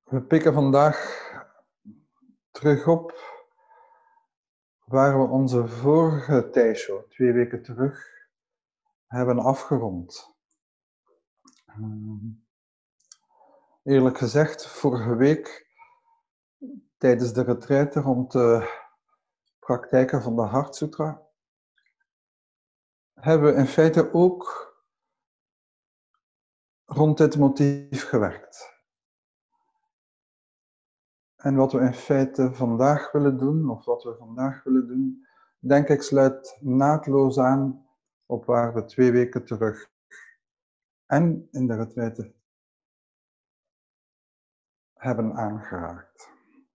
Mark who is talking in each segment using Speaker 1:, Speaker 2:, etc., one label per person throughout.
Speaker 1: We pikken vandaag terug op waar we onze vorige Taisho, 2 weken terug, hebben afgerond. Eerlijk gezegd, vorige week, tijdens de retraite rond de praktijken van de Heart Sutra, hebben we in feite ook rond dit motief gewerkt. En wat we in feite vandaag willen doen, denk ik sluit naadloos aan op waar we 2 weken terug en in de retraite hebben aangeraakt.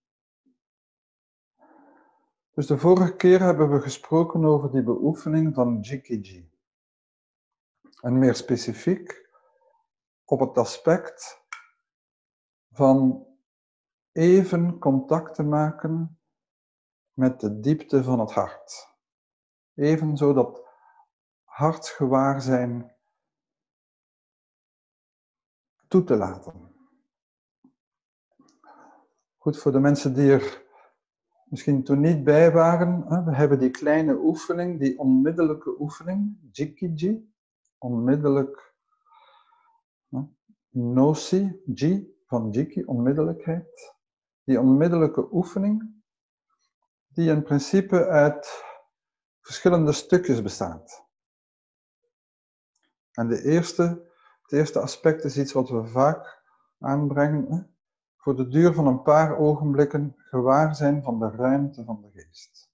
Speaker 1: Dus de vorige keer hebben we gesproken over die beoefening van Jikiji. En meer specifiek op het aspect van even contact te maken met de diepte van het hart. Evenzo dat hartsgewaarzijn toe te laten. Goed, voor de mensen die er misschien toen niet bij waren, we hebben die kleine oefening, die onmiddellijke oefening, Jikiji, onmiddellijk, Nosi, Ji van Jiki, onmiddellijkheid. Die onmiddellijke oefening, die in principe uit verschillende stukjes bestaat. En het eerste aspect is iets wat we vaak aanbrengen, voor de duur van een paar ogenblikken gewaar zijn van de ruimte van de geest.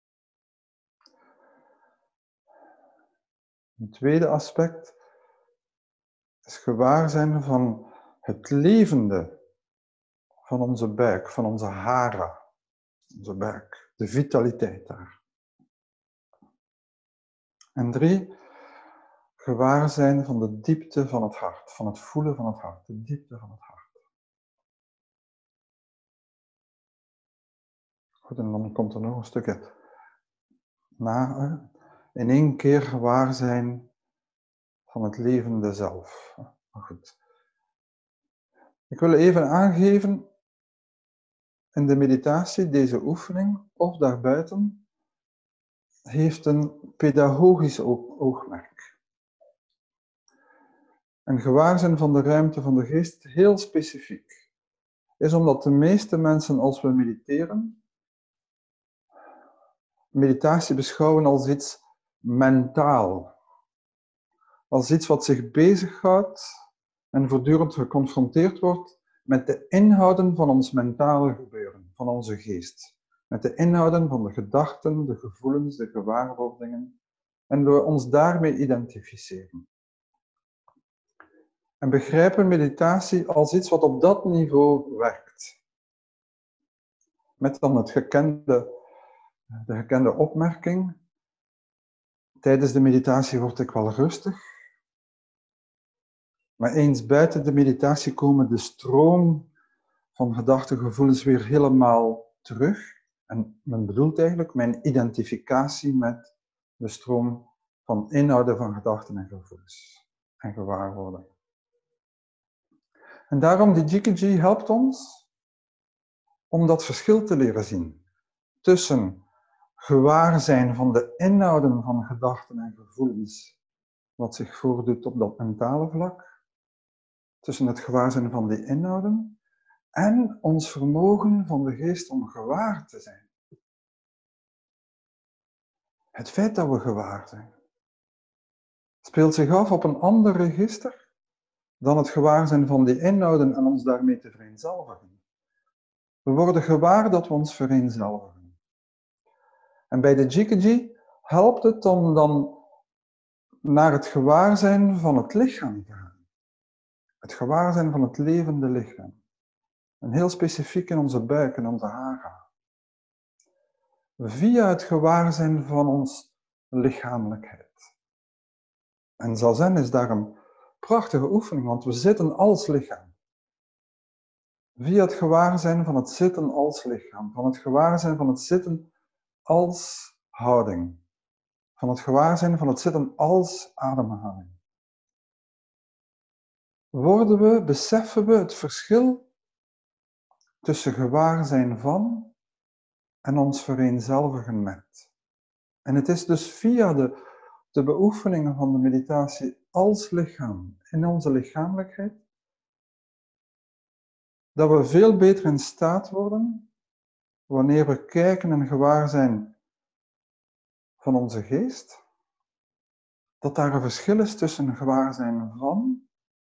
Speaker 1: Een tweede aspect is gewaar zijn van het levende van onze buik, van onze hara, onze buik, de vitaliteit daar. En 3, gewaar zijn van de diepte van het hart, van het voelen van het hart, de diepte van het hart. Goed, en dan komt er nog een stukje na. In 1 keer gewaar zijn van het levende zelf. Maar goed. Ik wil even aangeven in de meditatie, deze oefening, of daarbuiten, heeft een pedagogisch oogmerk. En gewaarzijn van de ruimte van de geest, heel specifiek, is omdat de meeste mensen, als we mediteren, meditatie beschouwen als iets mentaal. Als iets wat zich bezighoudt en voortdurend geconfronteerd wordt met de inhouden van ons mentale gebeuren, van onze geest. Met de inhouden van de gedachten, de gevoelens, de gewaarwordingen. En we ons daarmee identificeren. En begrijpen meditatie als iets wat op dat niveau werkt. Met dan de gekende opmerking. Tijdens de meditatie word ik wel rustig. Maar eens buiten de meditatie komen de stroom van gedachten, gevoelens weer helemaal terug. En men bedoelt eigenlijk mijn identificatie met de stroom van inhouden van gedachten en gevoelens en gewaarwordingen. En daarom, die Jikiji helpt ons om dat verschil te leren zien tussen gewaarzijn van de inhouden van gedachten en gevoelens, wat zich voordoet op dat mentale vlak, tussen het gewaarzijn van die inhouden en ons vermogen van de geest om gewaar te zijn. Het feit dat we gewaar zijn, speelt zich af op een ander register dan het gewaarzijn van die inhouden en ons daarmee te vereenzelvigen. We worden gewaar dat we ons vereenzelvigen. En bij de Jikiji helpt het om dan naar het gewaarzijn van het lichaam te gaan. Het gewaarzijn van het levende lichaam. En heel specifiek in onze buik en onze hara. Via het gewaarzijn van ons lichamelijkheid. En Zazen is daar een prachtige oefening, want we zitten als lichaam. Via het gewaarzijn van het zitten als lichaam, van het gewaarzijn van het zitten als houding, van het gewaarzijn van het zitten als ademhaling. Beseffen we het verschil tussen gewaarzijn van en ons vereenzelvigen met. En het is dus via de beoefeningen van de meditatie als lichaam, in onze lichamelijkheid, dat we veel beter in staat worden, wanneer we kijken en gewaar zijn van onze geest, dat daar een verschil is tussen gewaarzijn van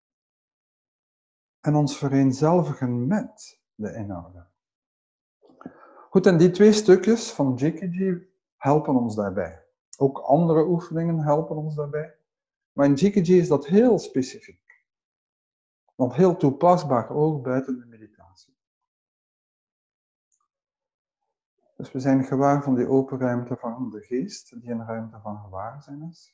Speaker 1: en ons vereenzelvigen met de inhouden. Goed, en die twee stukjes van Jikiji helpen ons daarbij. Ook andere oefeningen helpen ons daarbij. Maar in Jikiji is dat heel specifiek. Want heel toepasbaar ook buiten de meditatie. Dus we zijn gewaar van die open ruimte van de geest, die een ruimte van gewaarzijn is.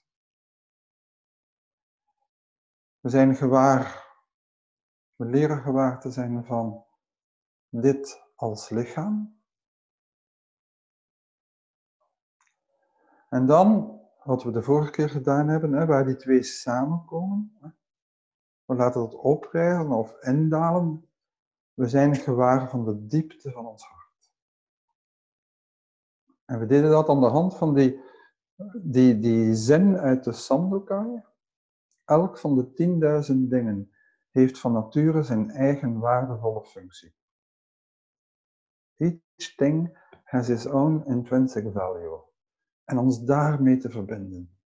Speaker 1: We zijn gewaar, we leren gewaar te zijn van dit als lichaam. En dan, wat we de vorige keer gedaan hebben, waar die twee samenkomen, we laten het oprijzen of indalen, we zijn gewaar van de diepte van ons hart. En we deden dat aan de hand van die zin uit de Sandokai. Elk van de 10.000 dingen heeft van nature zijn eigen waardevolle functie. Each thing has its own intrinsic value. En ons daarmee te verbinden.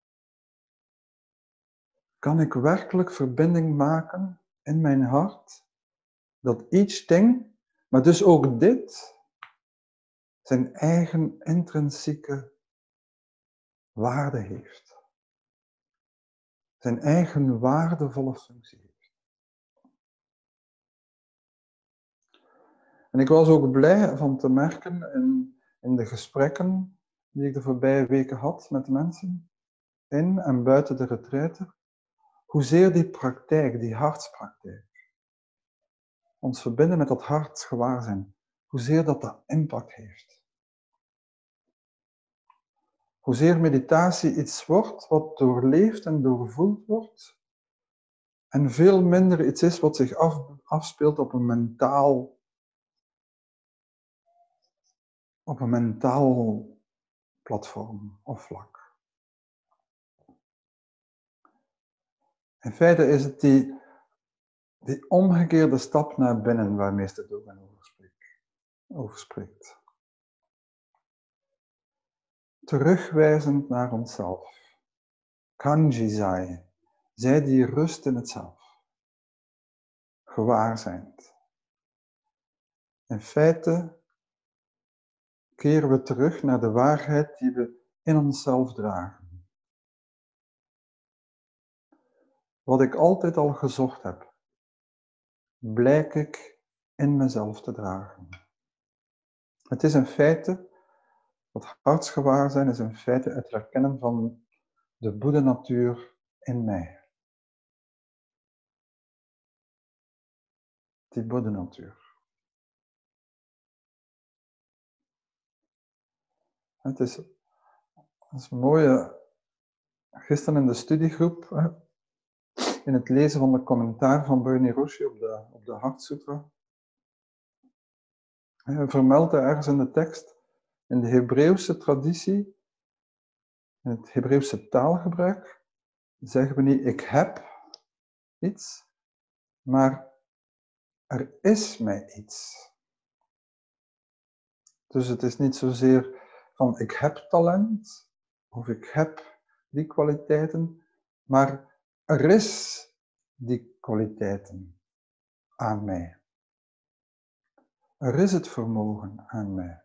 Speaker 1: Kan ik werkelijk verbinding maken in mijn hart, dat each thing, maar dus ook dit, zijn eigen intrinsieke waarde heeft. Zijn eigen waardevolle functie heeft. En ik was ook blij van te merken in de gesprekken die ik de voorbije weken had met de mensen, in en buiten de retraite, hoezeer die praktijk, die hartspraktijk, ons verbinden met dat hartsgewaarzijn, hoezeer dat impact heeft. Hoezeer meditatie iets wordt wat doorleefd en doorvoeld wordt, en veel minder iets is wat zich afspeelt op een mentaal platform of vlak. In feite is het die omgekeerde stap naar binnen waar meester Dogen over spreekt. Terugwijzend naar onszelf. Kanjizai, zij die rust in het zelf. Gewaarzijnd. In feite keren we terug naar de waarheid die we in onszelf dragen. Wat ik altijd al gezocht heb, blijk ik in mezelf te dragen. Het is in feite, dat hartsgewaarzijn is in feite het herkennen van de Boeddha-natuur in mij. Die Boeddha-natuur. Het is een mooie, gisteren in de studiegroep, in het lezen van de commentaar van Bernie Roshi op de Hartsutra, vermeldt hij ergens in de tekst, in de Hebreeuwse traditie, in het Hebreeuwse taalgebruik, zeggen we niet ik heb iets, maar er is mij iets. Dus het is niet zozeer van ik heb talent, of ik heb die kwaliteiten, maar er is die kwaliteiten aan mij. Er is het vermogen aan mij.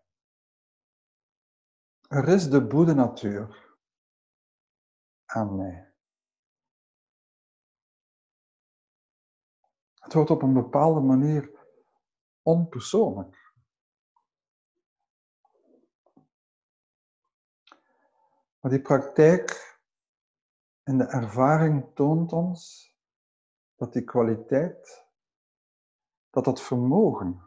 Speaker 1: Er is de Boeddha-natuur aan mij. Het wordt op een bepaalde manier onpersoonlijk. Maar die praktijk en de ervaring toont ons dat die kwaliteit, dat vermogen,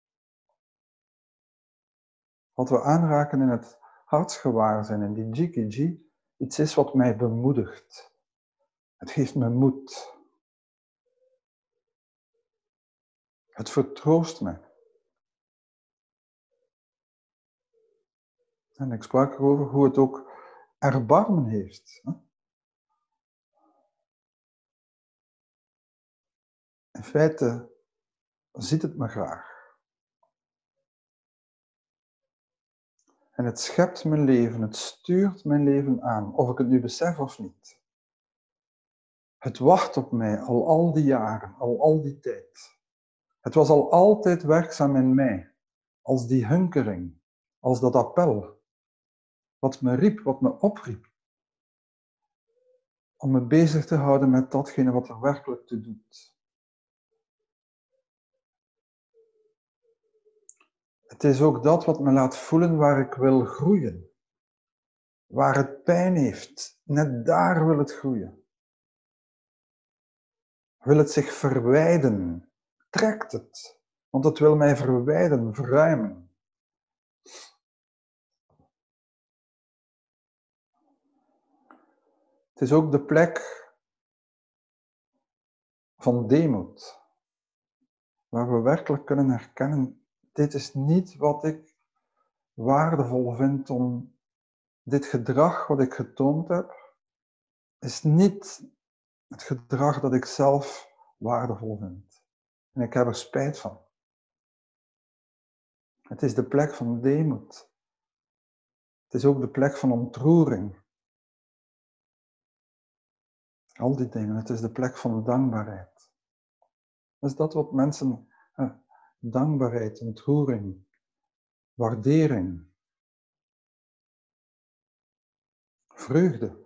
Speaker 1: wat we aanraken in het hartsgewaarzijn en die Jikiji, iets is wat mij bemoedigt. Het geeft me moed. Het vertroost me. En ik sprak erover hoe het ook erbarmen heeft. In feite ziet het me graag. En het schept mijn leven, het stuurt mijn leven aan, of ik het nu besef of niet. Het wacht op mij al die jaren, al die tijd. Het was al altijd werkzaam in mij, als die hunkering, als dat appel, wat me riep, wat me opriep, om me bezig te houden met datgene wat er werkelijk toe doet. Het is ook dat wat me laat voelen waar ik wil groeien. Waar het pijn heeft, net daar wil het groeien. Wil het zich verwijden, trekt het, want het wil mij verwijden, verruimen. Het is ook de plek van deemoed, waar we werkelijk kunnen herkennen, dit is niet wat ik waardevol vind om dit gedrag wat ik getoond heb, is niet het gedrag dat ik zelf waardevol vind. En ik heb er spijt van. Het is de plek van deemoed. Het is ook de plek van ontroering. Al die dingen. Het is de plek van dankbaarheid. Dat is dat wat mensen... dankbaarheid, ontroering, waardering, vreugde.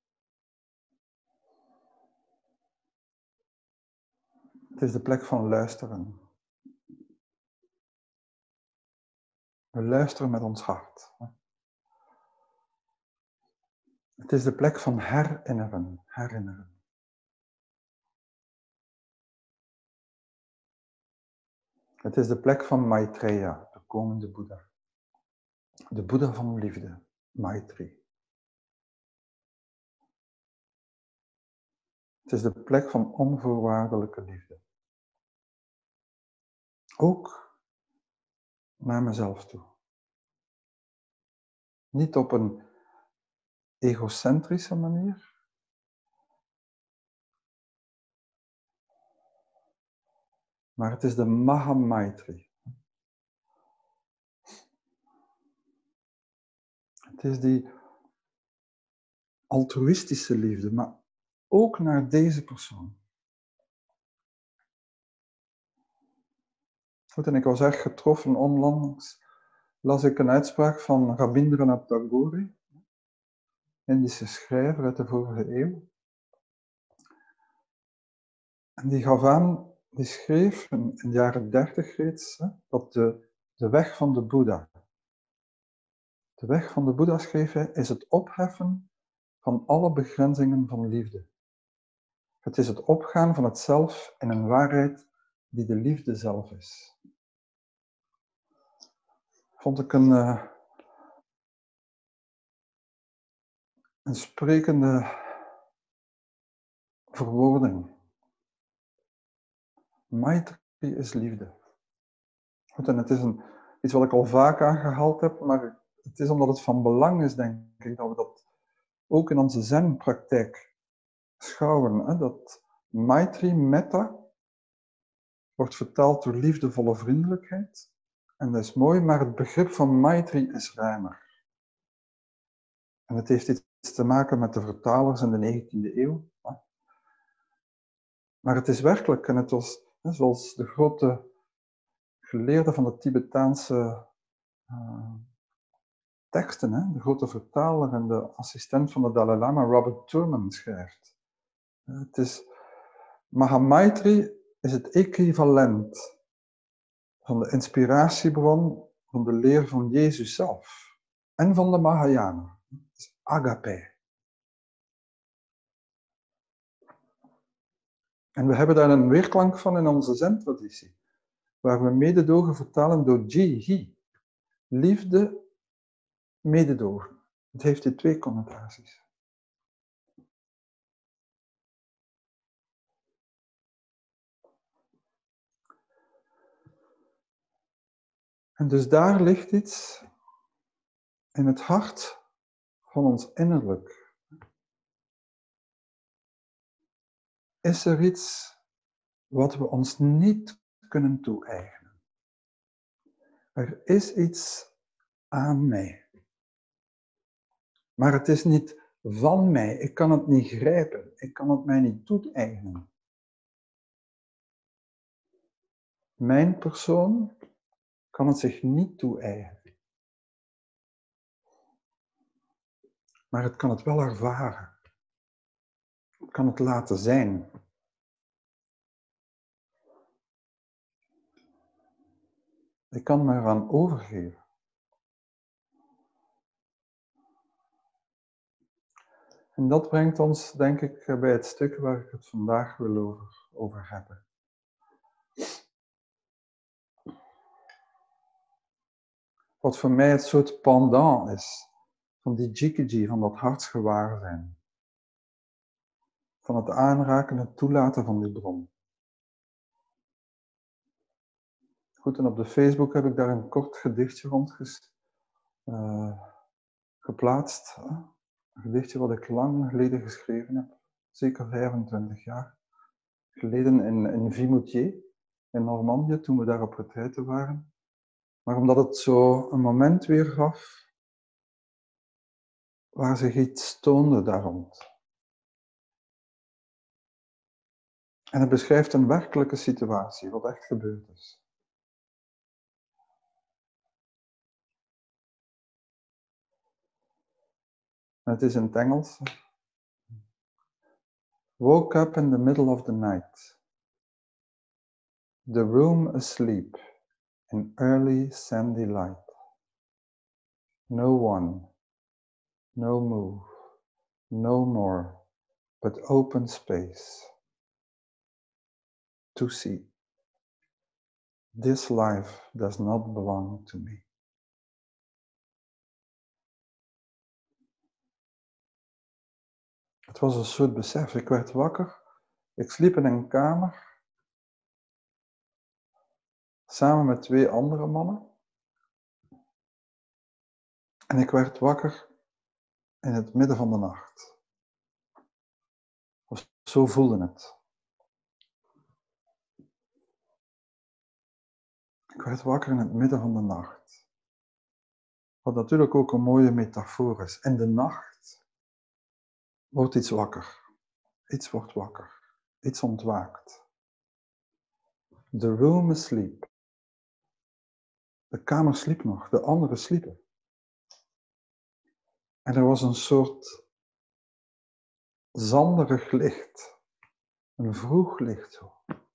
Speaker 1: Het is de plek van luisteren. We luisteren met ons hart. Het is de plek van herinneren. Het is de plek van Maitreya, de komende Boeddha. De Boeddha van liefde, Maitri. Het is de plek van onvoorwaardelijke liefde. Ook naar mezelf toe. Niet op een egocentrische manier, maar het is de Mahamaitri. Het is die altruïstische liefde, maar ook naar deze persoon. Goed, en ik was erg getroffen onlangs, las ik een uitspraak van Rabindranath Tagore, Indische schrijver uit de vorige eeuw. En die gaf aan, die schreef in de jaren 30 reeds, dat de weg van de Boeddha, schreef hij, is het opheffen van alle begrenzingen van liefde. Het is het opgaan van het zelf in een waarheid die de liefde zelf is. Vond ik een sprekende verwoording. Maitri is liefde. Goed, en het is iets wat ik al vaak aangehaald heb, maar het is omdat het van belang is, denk ik, dat we dat ook in onze zen-praktijk schouwen. Dat Maitri, metta, wordt vertaald door liefdevolle vriendelijkheid. En dat is mooi, maar het begrip van Maitri is ruimer. En het heeft iets te maken met de vertalers in de 19e eeuw. Maar het is werkelijk, en het was, zoals de grote geleerde van de Tibetaanse teksten, de grote vertaler en de assistent van de Dalai Lama, Robert Thurman, schrijft. Het is, Mahamaitri is het equivalent van de inspiratiebron van de leer van Jezus zelf en van de Mahayana. Het is agape. En we hebben daar een weerklank van in onze zen-traditie, waar we mededogen vertalen door ji-hi. Liefde, mededogen. Het heeft die twee connotaties. En dus daar ligt iets In het hart van ons innerlijk is er iets wat we ons niet kunnen toe-eigenen. Er is iets aan mij. Maar het is niet van mij. Ik kan het niet grijpen. Ik kan het mij niet toe-eigenen. Mijn persoon kan het zich niet toe-eigenen. Maar het kan het wel ervaren. Het kan het laten zijn. Ik kan me eraan overgeven. En dat brengt ons, denk ik, bij het stuk waar ik het vandaag wil over hebben. Wat voor mij het soort pendant is van die jikiji, van dat hartsgewaarzijn. Van het aanraken, het toelaten van die bron. Goed, en op de Facebook heb ik daar een kort gedichtje rond geplaatst. Een gedichtje wat ik lang geleden geschreven heb. Zeker 25 jaar geleden in Vimoutiers, in Normandië, toen we daar op retraite waren. Maar omdat het zo een moment weer gaf waar zich iets toonde daar rond. En het beschrijft een werkelijke situatie, wat echt gebeurd is. En het is in het Engels. Woke up in the middle of the night. The room asleep in early sandy light. No one, no move, no more, but open space. To see. This life does not belong to me. Het was een soort besef. Ik werd wakker. Ik sliep in een kamer. Samen met 2 andere mannen. En ik werd wakker in het midden van de nacht. Zo voelde het. Ik werd wakker in het midden van de nacht. Wat natuurlijk ook een mooie metafoor is. In de nacht wordt iets wakker. Iets wordt wakker. Iets ontwaakt. The room asleep. De kamer sliep nog. De anderen sliepen. En er was een soort zanderig licht. Een vroeg licht zo.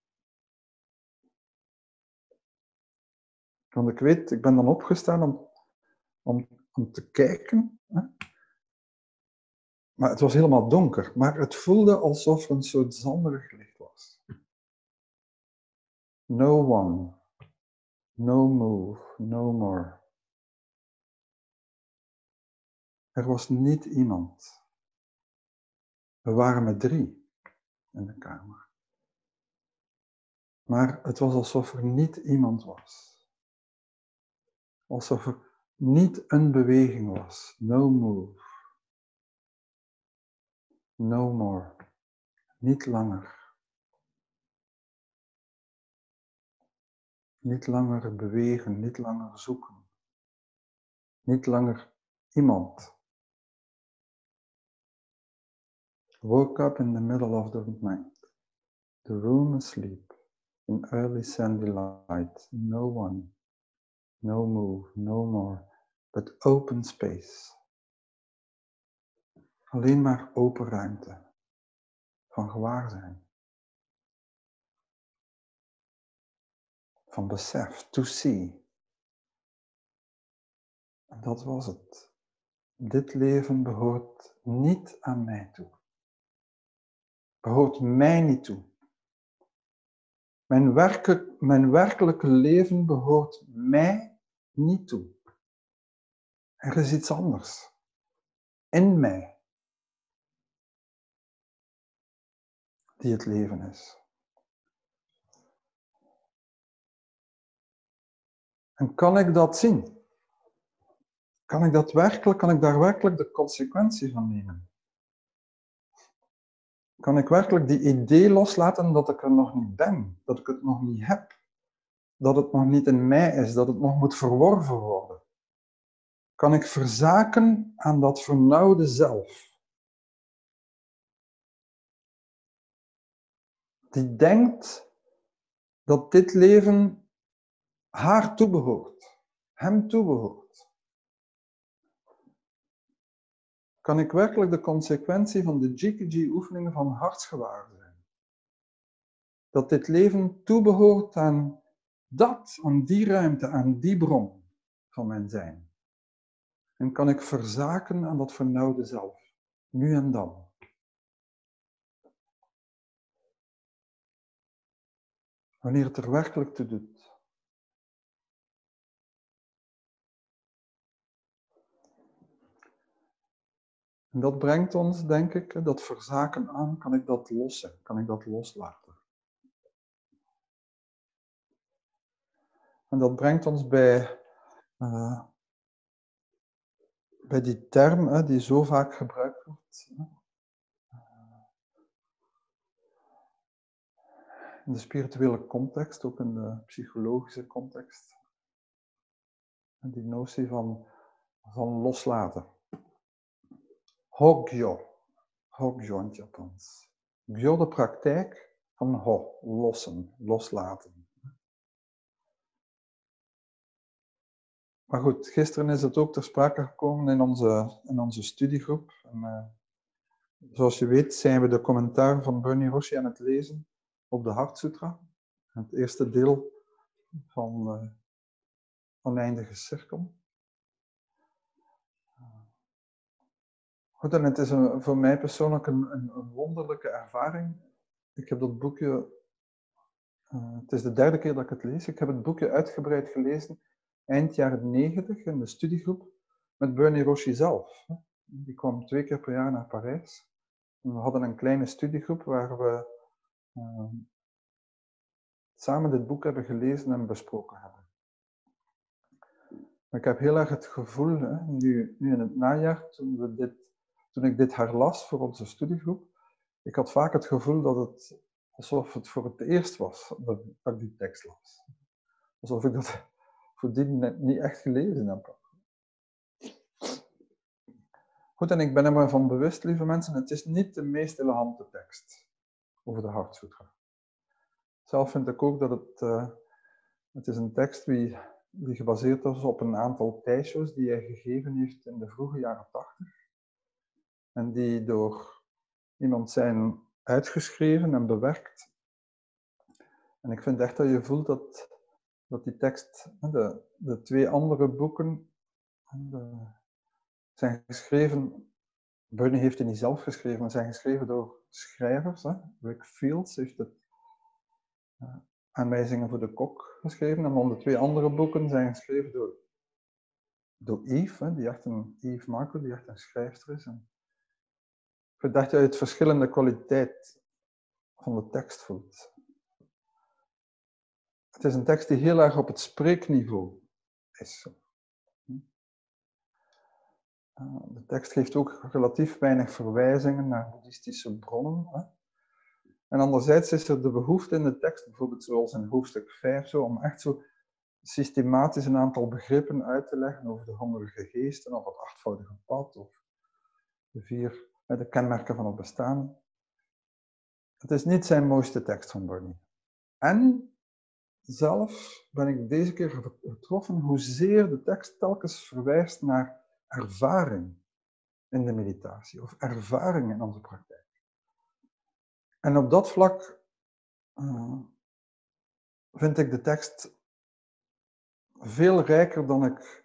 Speaker 1: Want ik weet, ik ben dan opgestaan om te kijken. Hè? Maar het was helemaal donker. Maar het voelde alsof er een soort zanderig licht was. No one. No move. No more. Er was niet iemand. We waren met 3 in de kamer. Maar het was alsof er niet iemand was. Alsof er niet een beweging was. No move. No more. Niet langer. Niet langer bewegen, niet langer zoeken. Niet langer iemand. Woke up in the middle of the night. The room asleep. In early sandy light. No one. No move, no more. But open space. Alleen maar open ruimte. Van gewaarzijn. Van besef. To see. En dat was het. Dit leven behoort niet aan mij toe. Behoort mij niet toe. Mijn werkelijke leven behoort mij niet toe. Er is iets anders. In mij. Die het leven is. En kan ik dat zien? kan ik daar werkelijk de consequentie van nemen? Kan ik werkelijk die idee loslaten dat ik er nog niet ben, dat ik het nog niet heb, dat het nog niet in mij is, dat het nog moet verworven worden? Kan ik verzaken aan dat vernauwde zelf? Die denkt dat dit leven haar toebehoort, hem toebehoort. Kan ik werkelijk de consequentie van de Jikiji-oefeningen van hartsgewaar zijn? Dat dit leven toebehoort aan aan die ruimte, aan die bron van mijn zijn. En kan ik verzaken aan dat vernauwde zelf, nu en dan. Wanneer het er werkelijk toe doet. En dat brengt ons, denk ik, dat verzaken aan, kan ik dat lossen, kan ik dat loslaten. En dat brengt ons bij die term die zo vaak gebruikt wordt. In de spirituele context, ook in de psychologische context. En die notie van loslaten. Hogyo. Hogyo in het Japans. Gyo, de praktijk van lossen, loslaten. Maar goed, gisteren is het ook ter sprake gekomen in onze studiegroep. En, zoals je weet zijn we de commentaar van Bernie Roshi aan het lezen op de Hartsutra. Het eerste deel van Oneindige Cirkel. Goed, en het is voor mij persoonlijk een wonderlijke ervaring. Ik heb dat boekje, het is de derde keer dat ik het lees, ik heb het boekje uitgebreid gelezen eind jaren 90 in de studiegroep met Bernie Roshi zelf. Die kwam 2 keer per jaar naar Parijs. En we hadden een kleine studiegroep waar we samen dit boek hebben gelezen en besproken hebben. Maar ik heb heel erg het gevoel, nu in het najaar, toen ik dit herlas voor onze studiegroep, ik had vaak het gevoel dat het alsof het voor het eerst was dat ik die tekst las. Alsof ik dat voordien niet echt gelezen heb. Goed, en ik ben er maar van bewust, lieve mensen, het is niet de meest elegante tekst over de Hartsutra. Zelf vind ik ook dat het is een tekst die gebaseerd is op een aantal taisho's die hij gegeven heeft in de vroege jaren 80. En die door iemand zijn uitgeschreven en bewerkt. En ik vind echt dat je voelt dat die tekst, de 2 andere boeken, zijn geschreven, Bernie heeft die niet zelf geschreven, maar zijn geschreven door schrijvers. Rick Fields heeft het Aanwijzingen voor de Kok geschreven, en dan de 2 andere boeken zijn geschreven door Eve Marco, die echt een schrijfster is. En ik vind dat je het verschillende kwaliteit van de tekst voelt. Het is een tekst die heel erg op het spreekniveau is. De tekst geeft ook relatief weinig verwijzingen naar boeddhistische bronnen. En anderzijds is er de behoefte in de tekst, bijvoorbeeld zoals in hoofdstuk 5, om echt zo systematisch een aantal begrippen uit te leggen over de hongerige geesten, of het 8voudige pad, of de kenmerken van het bestaan. Het is niet zijn mooiste tekst van Bernie. En zelf ben ik deze keer getroffen hoezeer de tekst telkens verwijst naar ervaring in de meditatie, of ervaring in onze praktijk. En op dat vlak vind ik de tekst veel rijker dan ik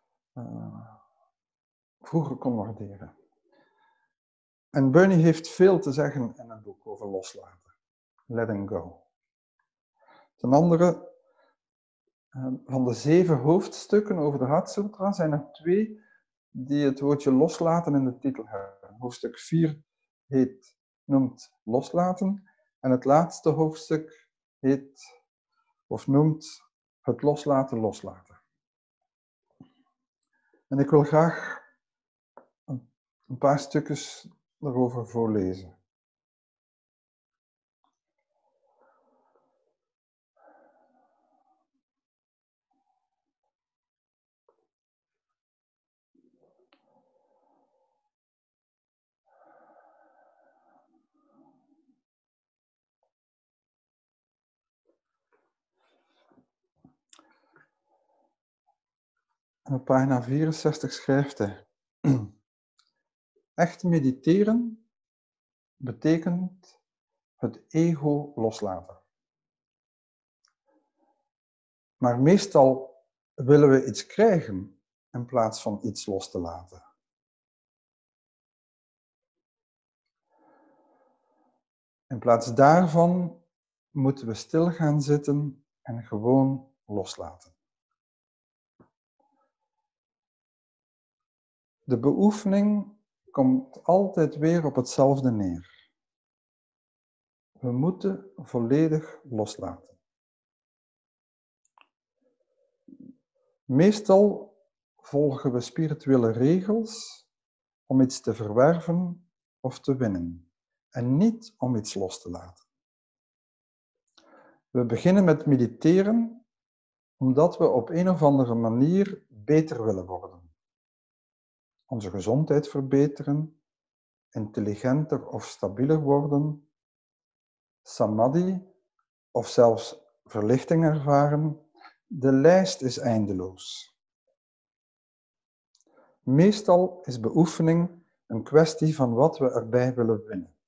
Speaker 1: vroeger kon waarderen. En Bernie heeft veel te zeggen in het boek over loslaten. Letting go. Ten andere, van de 7 hoofdstukken over de Hartsutra zijn er 2 die het woordje loslaten in de titel hebben. Hoofdstuk 4 noemt loslaten en het laatste hoofdstuk noemt het loslaten loslaten. En ik wil graag een paar stukjes erover voorlezen. En op pagina 64 schrijft hij: Echt mediteren betekent het ego loslaten. Maar meestal willen we iets krijgen in plaats van iets los te laten. In plaats daarvan moeten we stil gaan zitten en gewoon loslaten. De beoefening komt altijd weer op hetzelfde neer. We moeten volledig loslaten. Meestal volgen we spirituele regels om iets te verwerven of te winnen, en niet om iets los te laten. We beginnen met mediteren omdat we op een of andere manier beter willen worden. Onze gezondheid verbeteren, intelligenter of stabieler worden, samadhi of zelfs verlichting ervaren. De lijst is eindeloos. Meestal is beoefening een kwestie van wat we erbij willen winnen.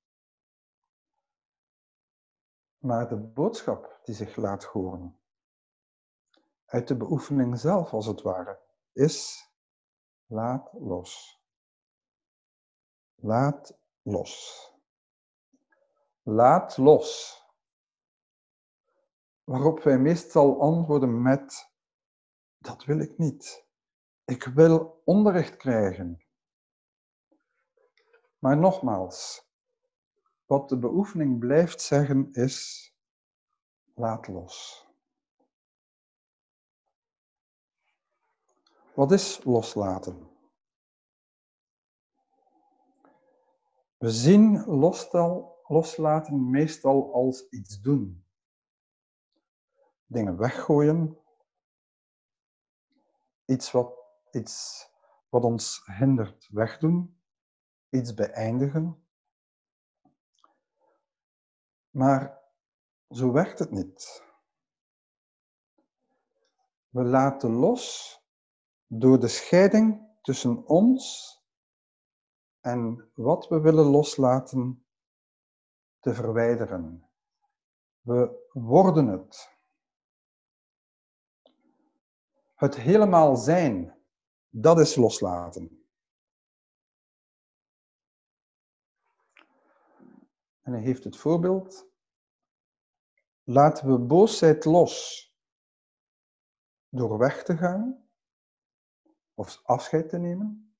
Speaker 1: Maar de boodschap die zich laat horen, uit de beoefening zelf als het ware, is: laat los. Laat los. Laat los. Waarop wij meestal antwoorden met: dat wil ik niet. Ik wil onderricht krijgen. Maar nogmaals, wat de beoefening blijft zeggen is: laat los. Wat is loslaten? We zien loslaten meestal als iets doen. Dingen weggooien. Iets wat ons hindert wegdoen. Iets beëindigen. Maar zo werkt het niet. We laten los door de scheiding tussen ons en wat we willen loslaten te verwijderen. We worden het. Het helemaal zijn, dat is loslaten. En hij heeft het voorbeeld: laten we boosheid los door weg te gaan of afscheid te nemen?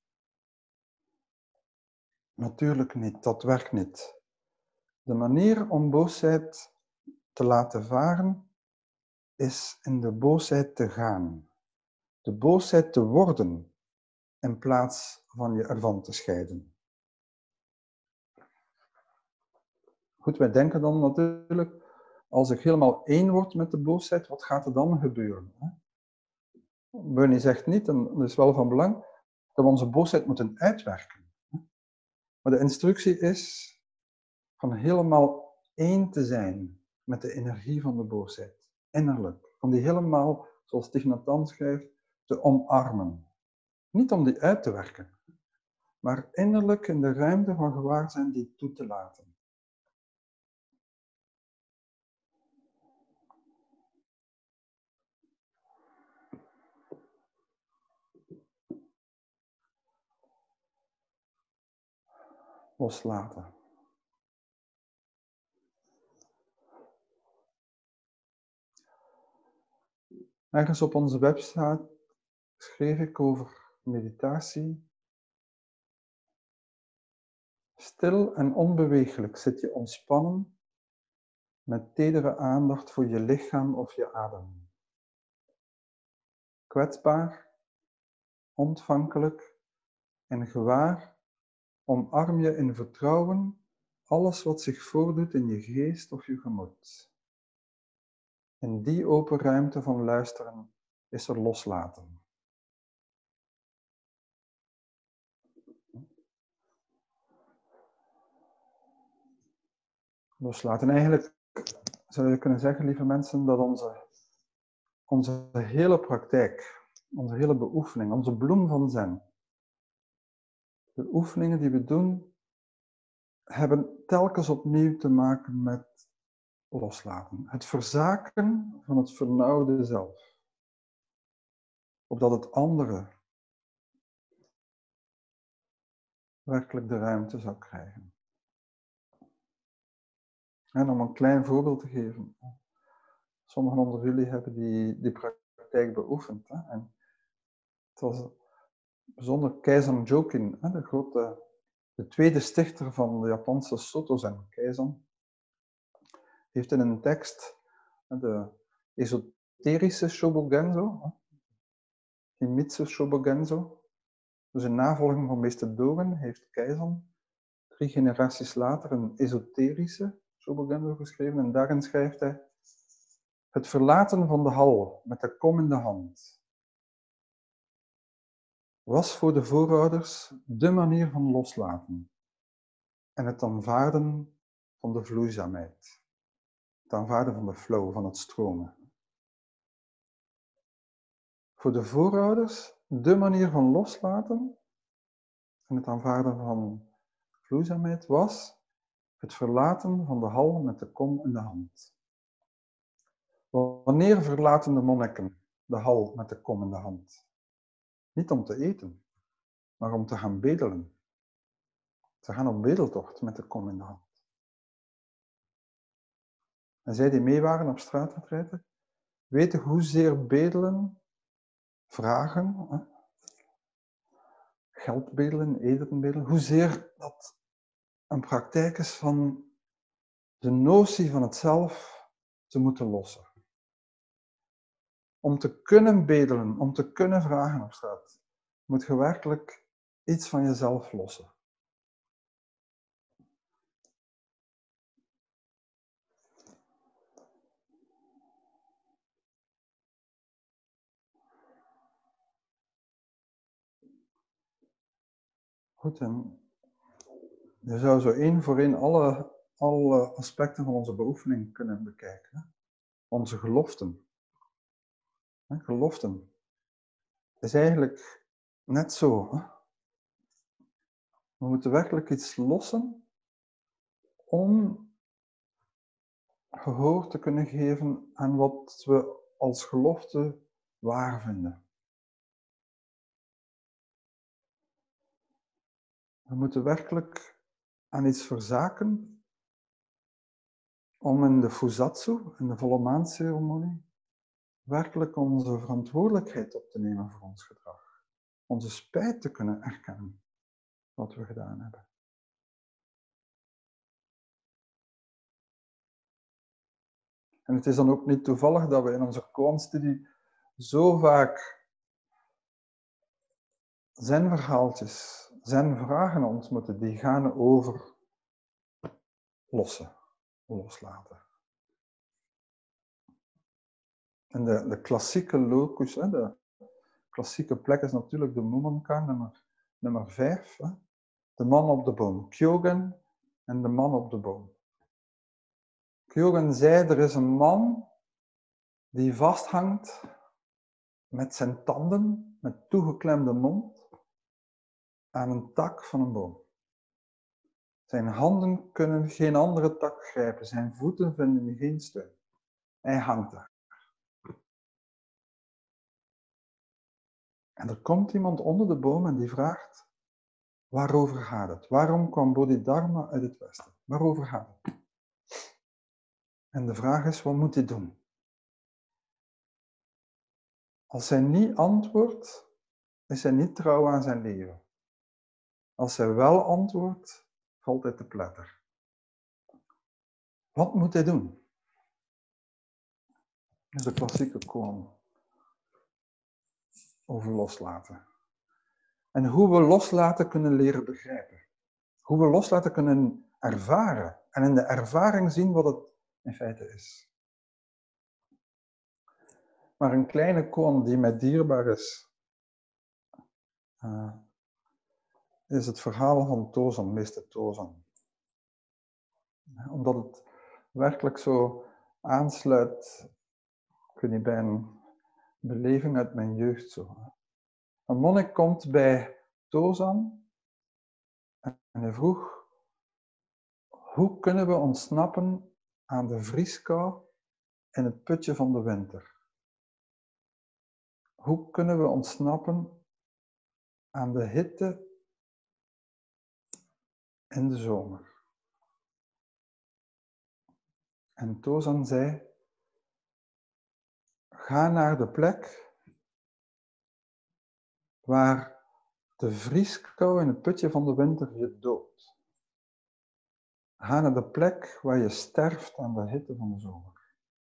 Speaker 1: Natuurlijk niet, dat werkt niet. De manier om boosheid te laten varen is in de boosheid te gaan. De boosheid te worden in plaats van je ervan te scheiden. Goed, wij denken dan natuurlijk, als ik helemaal één word met de boosheid, wat gaat er dan gebeuren? Bernie zegt niet, en dat is wel van belang, dat we onze boosheid moeten uitwerken. Maar de instructie is van helemaal één te zijn met de energie van de boosheid, innerlijk. Van die helemaal, zoals Thich Nhat Hanh schrijft, te omarmen. Niet om die uit te werken, maar innerlijk in de ruimte van gewaarzijn die toe te laten. Loslaten. Ergens op onze website schreef ik over meditatie. Stil en onbeweeglijk zit je ontspannen met tedere aandacht voor je lichaam of je adem. Kwetsbaar ontvankelijk en gewaar, omarm je in vertrouwen alles wat zich voordoet in je geest of je gemoed. In die open ruimte van luisteren is er loslaten. Loslaten. Eigenlijk zou je kunnen zeggen, lieve mensen, dat onze hele praktijk, onze hele beoefening, onze bloem van zen, de oefeningen die we doen, hebben telkens opnieuw te maken met loslaten. Het verzaken van het vernauwde zelf. Opdat het andere werkelijk de ruimte zou krijgen. En om een klein voorbeeld te geven. Sommigen onder jullie hebben die praktijk beoefend. Hè? En het was bijzonder Keizen Jokin, de tweede stichter van de Japanse Soto-zen. Keizen heeft in een tekst de esoterische Shobogenzo, Himitsu Shobogenzo, dus in navolging van meester Dogen, heeft Keizen 3 generaties later een esoterische Shobogenzo geschreven en daarin schrijft hij: het verlaten van de hal met de kom in de hand was voor de voorouders de manier van loslaten en het aanvaarden van de vloeizaamheid, het aanvaarden van de flow, van het stromen. Voor de voorouders de manier van loslaten en het aanvaarden van vloeizaamheid was het verlaten van de hal met de kom in de hand. Wanneer verlaten de monniken de hal met de kom in de hand? Niet om te eten, maar om te gaan bedelen. Ze gaan op bedeltocht met de kom in de hand. En zij die mee waren op straatretreiten, weten hoezeer bedelen, vragen, geld bedelen, eten bedelen, hoezeer dat een praktijk is van de notie van het zelf te moeten lossen. Om te kunnen bedelen, om te kunnen vragen op straat, moet je werkelijk iets van jezelf lossen. Goed, en je zou zo één voor één alle aspecten van onze beoefening kunnen bekijken. Onze geloften. Geloften is eigenlijk net zo. We moeten werkelijk iets lossen om gehoor te kunnen geven aan wat we als gelofte waar vinden. We moeten werkelijk aan iets verzaken om in de Fusatsu, in de volle maanceremonie, werkelijk onze verantwoordelijkheid op te nemen voor ons gedrag. Onze spijt te kunnen erkennen wat we gedaan hebben. En het is dan ook niet toevallig dat we in onze koanstudie zo vaak zenverhaaltjes, zenvragen ontmoeten die gaan over loslaten. En de klassieke locus, de klassieke plek is natuurlijk de Mumonkan, nummer 5. De man op de boom, Kyogen en de man op de boom. Kyogen zei, er is een man die vasthangt met zijn tanden, met toegeklemde mond, aan een tak van een boom. Zijn handen kunnen geen andere tak grijpen, zijn voeten vinden geen steun. Hij hangt daar. En er komt iemand onder de boom en die vraagt, waarover gaat het? Waarom kwam Bodhidharma uit het Westen? Waarover gaat het? En de vraag is, wat moet hij doen? Als hij niet antwoordt, is hij niet trouw aan zijn leven. Als hij wel antwoordt, valt hij te pletter. Wat moet hij doen? Dat is de klassieke koan over loslaten. En hoe we loslaten kunnen leren begrijpen. Hoe we loslaten kunnen ervaren. En in de ervaring zien wat het in feite is. Maar een kleine koon die mij dierbaar is het verhaal van Tozan, meester Tozan. Omdat het werkelijk zo aansluit, ik weet niet, bij een beleving uit mijn jeugd. Zo. Een monnik komt bij Tozan en hij vroeg, hoe kunnen we ontsnappen aan de vrieskou in het putje van de winter? Hoe kunnen we ontsnappen aan de hitte in de zomer? En Tozan zei, ga naar de plek waar de vrieskou in het putje van de winter je doodt. Ga naar de plek waar je sterft aan de hitte van de zomer.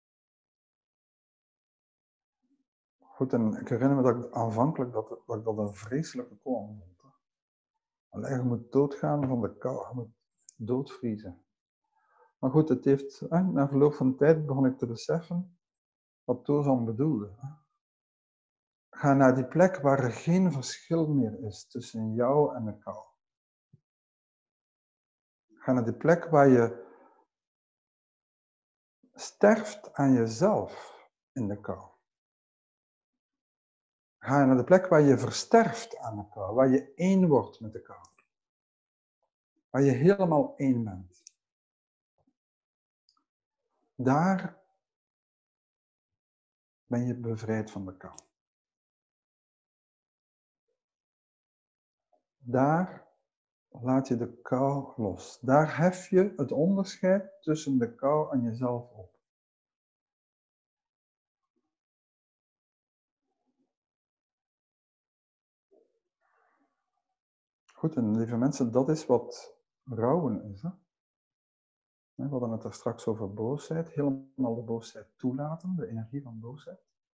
Speaker 1: Goed, en ik herinner me dat ik aanvankelijk dat ik dat een vreselijke koon vond. Allee, je moet doodgaan van de kou, je moet doodvriezen. Maar goed, het heeft, na verloop van de tijd begon ik te beseffen wat Tozan bedoelde. Ga naar die plek waar er geen verschil meer is tussen jou en de kou. Ga naar die plek waar je sterft aan jezelf in de kou. Ga naar de plek waar je versterft aan de kou, waar je één wordt met de kou. Waar je helemaal één bent. Daar ben je bevrijd van de kou. Daar laat je de kou los. Daar hef je het onderscheid tussen de kou en jezelf op. Goed, en lieve mensen, dat is wat rouwen is. Hè? We hadden het er straks over boosheid. Helemaal de boosheid toelaten, de energie van boosheid.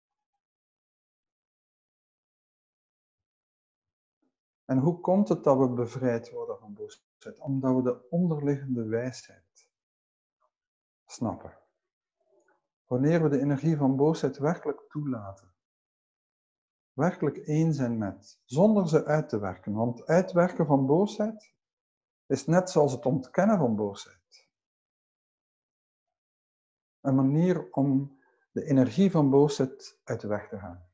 Speaker 1: En hoe komt het dat we bevrijd worden van boosheid? Omdat we de onderliggende wijsheid snappen. Wanneer we de energie van boosheid werkelijk toelaten. Werkelijk één zijn met, zonder ze uit te werken. Want uitwerken van boosheid is net zoals het ontkennen van boosheid. Een manier om de energie van boosheid uit de weg te gaan.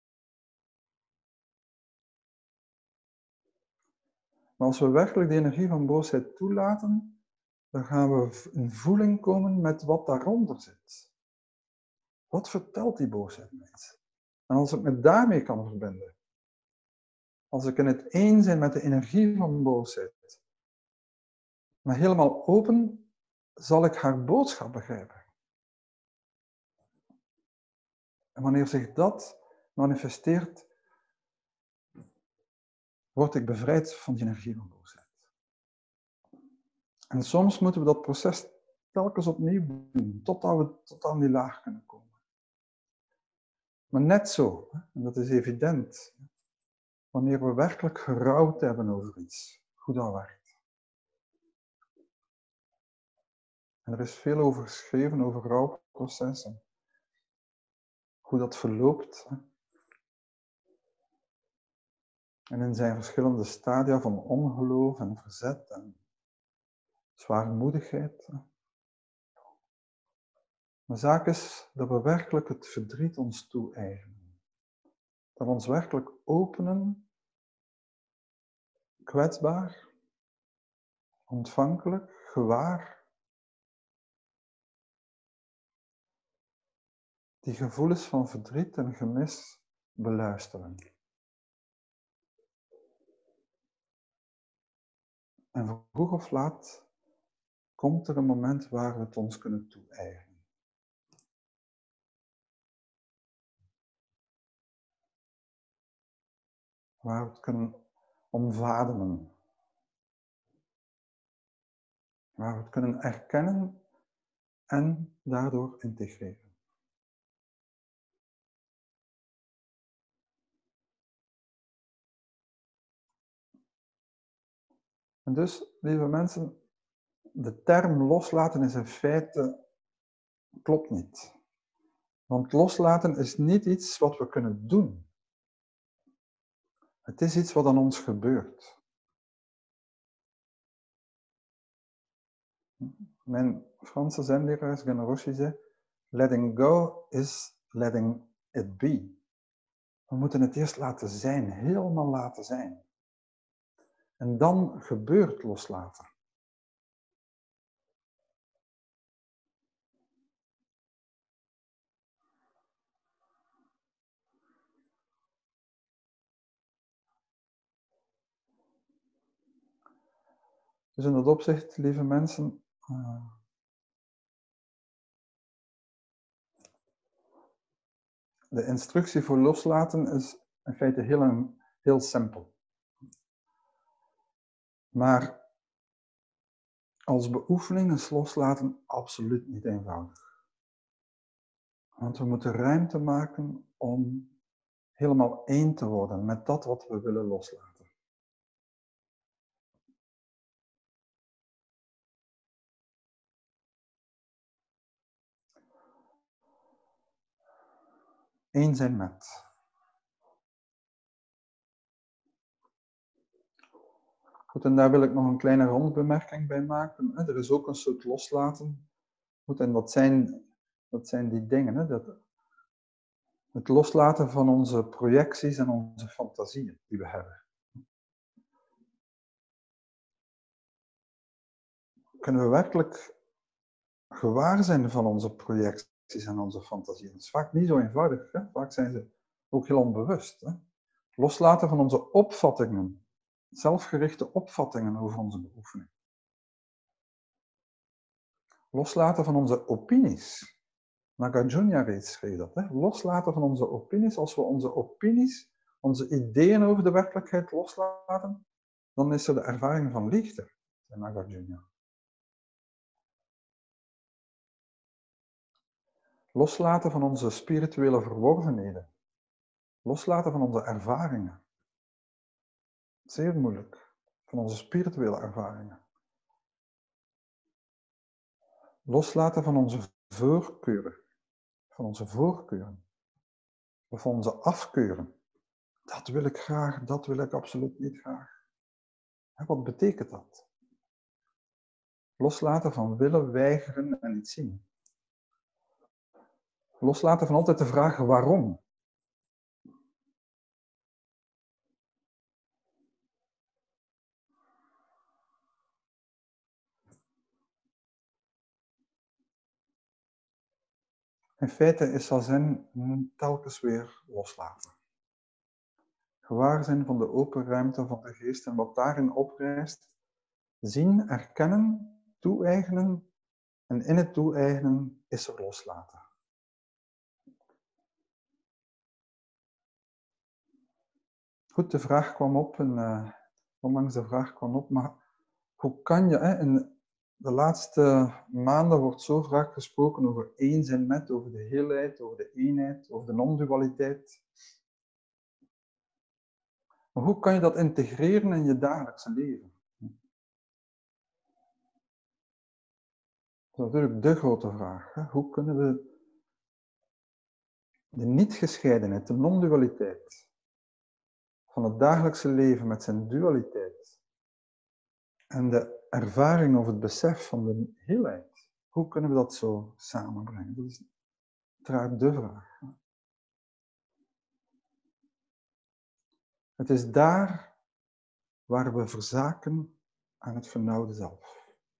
Speaker 1: Maar als we werkelijk de energie van boosheid toelaten, dan gaan we in voeling komen met wat daaronder zit. Wat vertelt die boosheid mij? En als ik me daarmee kan verbinden, als ik in het één zijn met de energie van boosheid, maar helemaal open, zal ik haar boodschap begrijpen. En wanneer zich dat manifesteert, word ik bevrijd van die energie van boosheid. En soms moeten we dat proces telkens opnieuw doen, totdat we tot aan die laag kunnen komen. Maar net zo, en dat is evident, wanneer we werkelijk gerouwd hebben over iets, hoe dat werkt. En er is veel over geschreven, over rouwprocessen. Hoe dat verloopt. En in zijn verschillende stadia van ongeloof en verzet en zwaarmoedigheid. De zaak is dat we werkelijk het verdriet ons toe-eigenen. Dat we ons werkelijk openen, kwetsbaar, ontvankelijk, gewaar. Die gevoelens van verdriet en gemis beluisteren. En vroeg of laat komt er een moment waar we het ons kunnen toe-eigenen. Waar we het kunnen omvademen. Waar we het kunnen erkennen en daardoor integreren. En dus, lieve mensen, de term loslaten is in feite, klopt niet. Want loslaten is niet iets wat we kunnen doen. Het is iets wat aan ons gebeurt. Mijn Franse zenleraar Sgen Roshi zei, letting go is letting it be. We moeten het eerst laten zijn, helemaal laten zijn. En dan gebeurt loslaten. Dus in dat opzicht, lieve mensen, de instructie voor loslaten is in feite heel simpel. Maar als beoefening is loslaten absoluut niet eenvoudig. Want we moeten ruimte maken om helemaal één te worden met dat wat we willen loslaten. Eén zijn met. Goed, en daar wil ik nog een kleine randbemerking bij maken. Er is ook een soort loslaten. Goed, en dat zijn die dingen. Het loslaten van onze projecties en onze fantasieën die we hebben. Kunnen we werkelijk gewaar zijn van onze projecties en onze fantasieën? Dat is vaak niet zo eenvoudig. Hè? Vaak zijn ze ook heel onbewust. Hè? Loslaten van onze opvattingen. Zelfgerichte opvattingen over onze beoefening. Loslaten van onze opinies. Nagarjuna reeds schreef dat. Hè? Loslaten van onze opinies. Als we onze opinies, onze ideeën over de werkelijkheid loslaten, dan is er de ervaring van liefde, zei Nagarjuna. Loslaten van onze spirituele verworvenheden. Loslaten van onze ervaringen. Zeer moeilijk. Van onze spirituele ervaringen. Loslaten van onze voorkeuren. Van onze voorkeuren. Of van onze afkeuren. Dat wil ik graag, dat wil ik absoluut niet graag. Wat betekent dat? Loslaten van willen, weigeren en niet zien. Loslaten van altijd de vraag waarom. In feite is zazen telkens weer loslaten. Gewaar zijn van de open ruimte van de geest en wat daarin oprijst. Zien, erkennen, toe-eigenen en in het toe-eigenen is er loslaten. Goed, de vraag kwam op onlangs de vraag kwam op, maar hoe kan je, in de laatste maanden wordt zo vaak gesproken over één zijn met, over de heelheid, over de eenheid, over de non-dualiteit. Maar hoe kan je dat integreren in je dagelijkse leven? Dat is natuurlijk de grote vraag. Hè? Hoe kunnen we de niet-gescheidenheid, de non-dualiteit van het dagelijkse leven met zijn dualiteit en de ervaring of het besef van de heelheid, hoe kunnen we dat zo samenbrengen? Dat is uiteraard de vraag. Het is daar waar we verzaken aan het vernauwde zelf.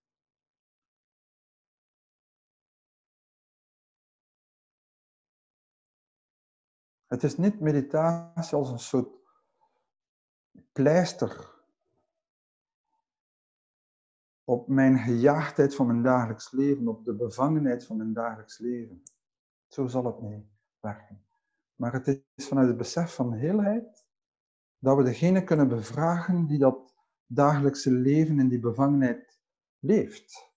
Speaker 1: Het is niet meditatie als een soort pleister op mijn gejaagdheid van mijn dagelijks leven, op de bevangenheid van mijn dagelijks leven. Zo zal het niet werken. Maar het is vanuit het besef van heelheid dat we degene kunnen bevragen die dat dagelijkse leven in die bevangenheid leeft.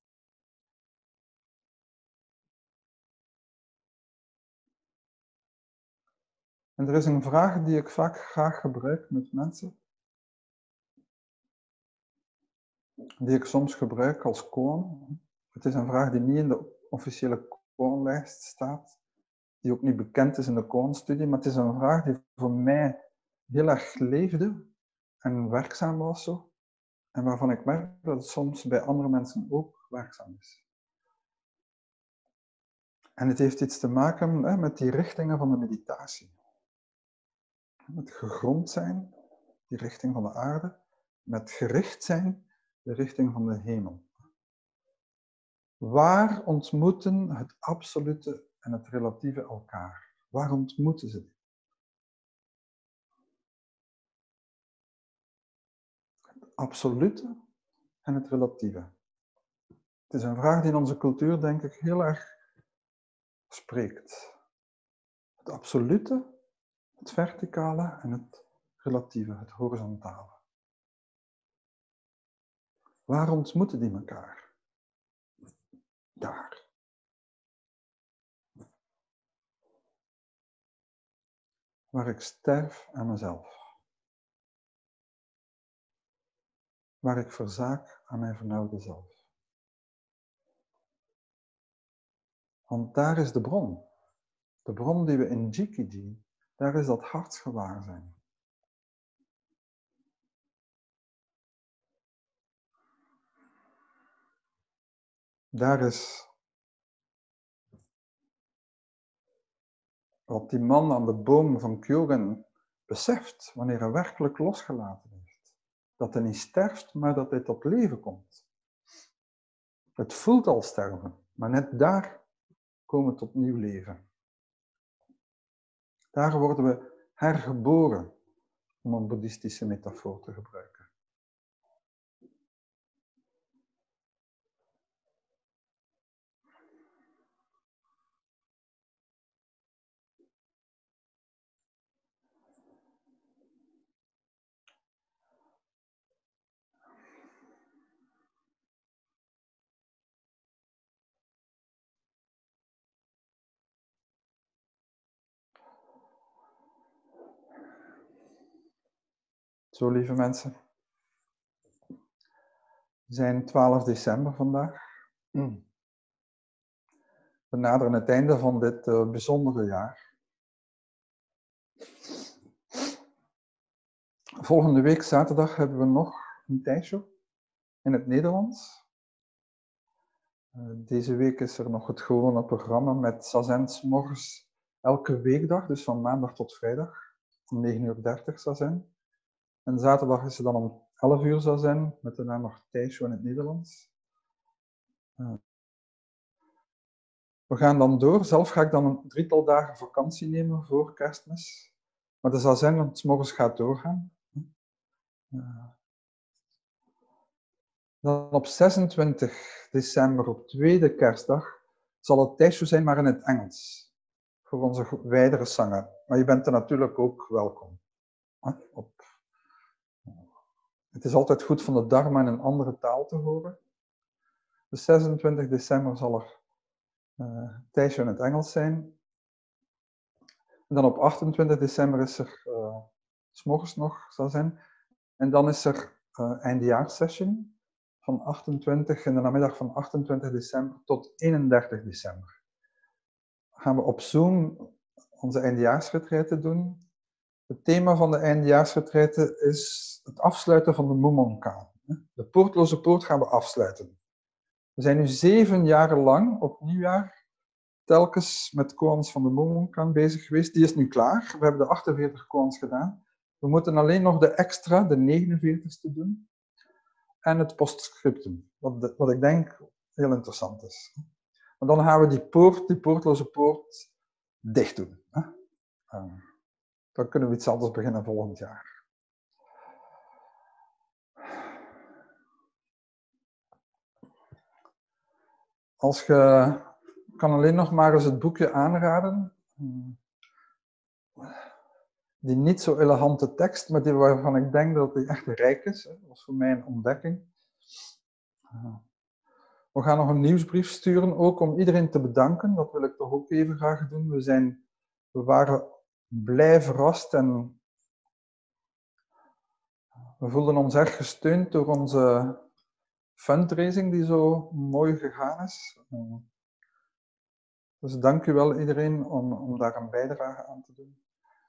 Speaker 1: En er is een vraag die ik vaak graag gebruik met mensen. die ik soms gebruik als koan. Het is een vraag die niet in de officiële koanlijst staat, die ook niet bekend is in de koanstudie, maar het is een vraag die voor mij heel erg leefde en werkzaam was zo. En waarvan ik merk dat het soms bij andere mensen ook werkzaam is. En het heeft iets te maken met die richtingen van de meditatie. Met gegrond zijn, die richting van de aarde. Met gericht zijn, de richting van de hemel. Waar ontmoeten het absolute en het relatieve elkaar? Waar ontmoeten ze? Het absolute en het relatieve. Het is een vraag die in onze cultuur, denk ik, heel erg spreekt. Het absolute, het verticale en het relatieve, het horizontale. Waar ontmoeten die elkaar? Daar. Waar ik sterf aan mezelf. Waar ik verzaak aan mijn vernauwde zelf. Want daar is de bron. De bron die we in Jikiji, daar is dat hartsgewaarzijn. Daar is wat die man aan de boom van Kyogen beseft wanneer hij werkelijk losgelaten heeft. Dat hij niet sterft, maar dat hij tot leven komt. Het voelt al sterven, maar net daar komen we tot nieuw leven. Daar worden we hergeboren, om een boeddhistische metafoor te gebruiken. Zo, lieve mensen. We zijn 12 december vandaag. We naderen het einde van dit bijzondere jaar. Volgende week zaterdag hebben we nog een Taisho in het Nederlands. Deze week is er nog het gewone programma met Zazen 's morgens elke weekdag, dus van maandag tot vrijdag, om 9:30 Zazen. En zaterdag is er dan om 11 uur Zazen, met daarna nog Taisho in het Nederlands. We gaan dan door. Zelf ga ik dan een 3-tal dagen vakantie nemen voor Kerstmis. Maar de Zazen 's morgens gaat doorgaan. Dan op 26 december, op tweede kerstdag, zal het Taisho zijn, maar in het Engels. Voor onze wijdere zanger. Maar je bent er natuurlijk ook welkom. Het is altijd goed van de Dharma in een andere taal te horen. Dus 26 december zal er Taisho in het Engels zijn. En dan op 28 december is er 's morgens nog, zal zijn. En dan is er eindejaarssession van 28 in de namiddag van 28 december tot 31 december. Gaan we op Zoom onze eindejaarsretraite doen. Het thema van de eindejaarsretraite is het afsluiten van de Mumonkan. De poortloze poort gaan we afsluiten. We zijn nu 7 jaar lang op nieuwjaar telkens met koans van de Mumonkan bezig geweest. Die is nu klaar. We hebben de 48 koans gedaan. We moeten alleen nog de extra, de 49ste doen. En het postscriptum, wat ik denk heel interessant is. Maar dan gaan we die poortloze poort, dicht doen. Dan kunnen we iets anders beginnen volgend jaar. Ik kan alleen nog maar eens het boekje aanraden. Die niet zo elegante tekst, maar die waarvan ik denk dat die echt rijk is. Dat was voor mij een ontdekking. We gaan nog een nieuwsbrief sturen, ook om iedereen te bedanken. Dat wil ik toch ook even graag doen. We waren blij verrast en we voelden ons erg gesteund door onze fundraising die zo mooi gegaan is. Dus dank u wel iedereen om daar een bijdrage aan te doen.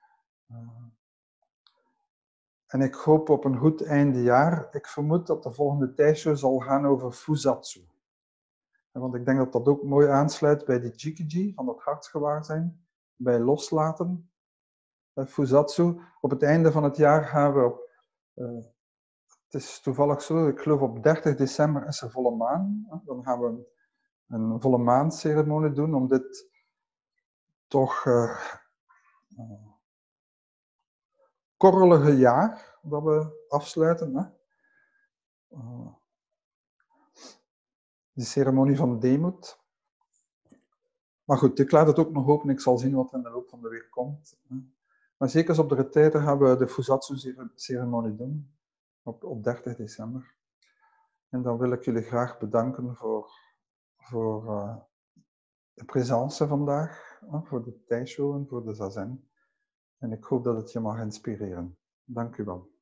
Speaker 1: En ik hoop op een goed einde jaar. Ik vermoed dat de volgende tijdshow zal gaan over Fusatsu. Want ik denk dat dat ook mooi aansluit bij die Jikiji van dat hartsgewaarzijn, bij loslaten. Fusatsu. Op het einde van het jaar gaan we op... het is toevallig zo, ik geloof op 30 december is er volle maan. Dan gaan we een volle maanceremonie doen om dit toch korrelige jaar dat we afsluiten. Hè? De ceremonie van Deemoed. Maar goed, ik laat het ook nog open. Ik zal zien wat er in de loop van de week komt. Maar zeker op de retraite gaan we de Fusatsu-ceremonie doen. Op 30 december. En dan wil ik jullie graag bedanken voor de presence vandaag. Voor de tijdshow en voor de zazen. En ik hoop dat het je mag inspireren. Dank u wel.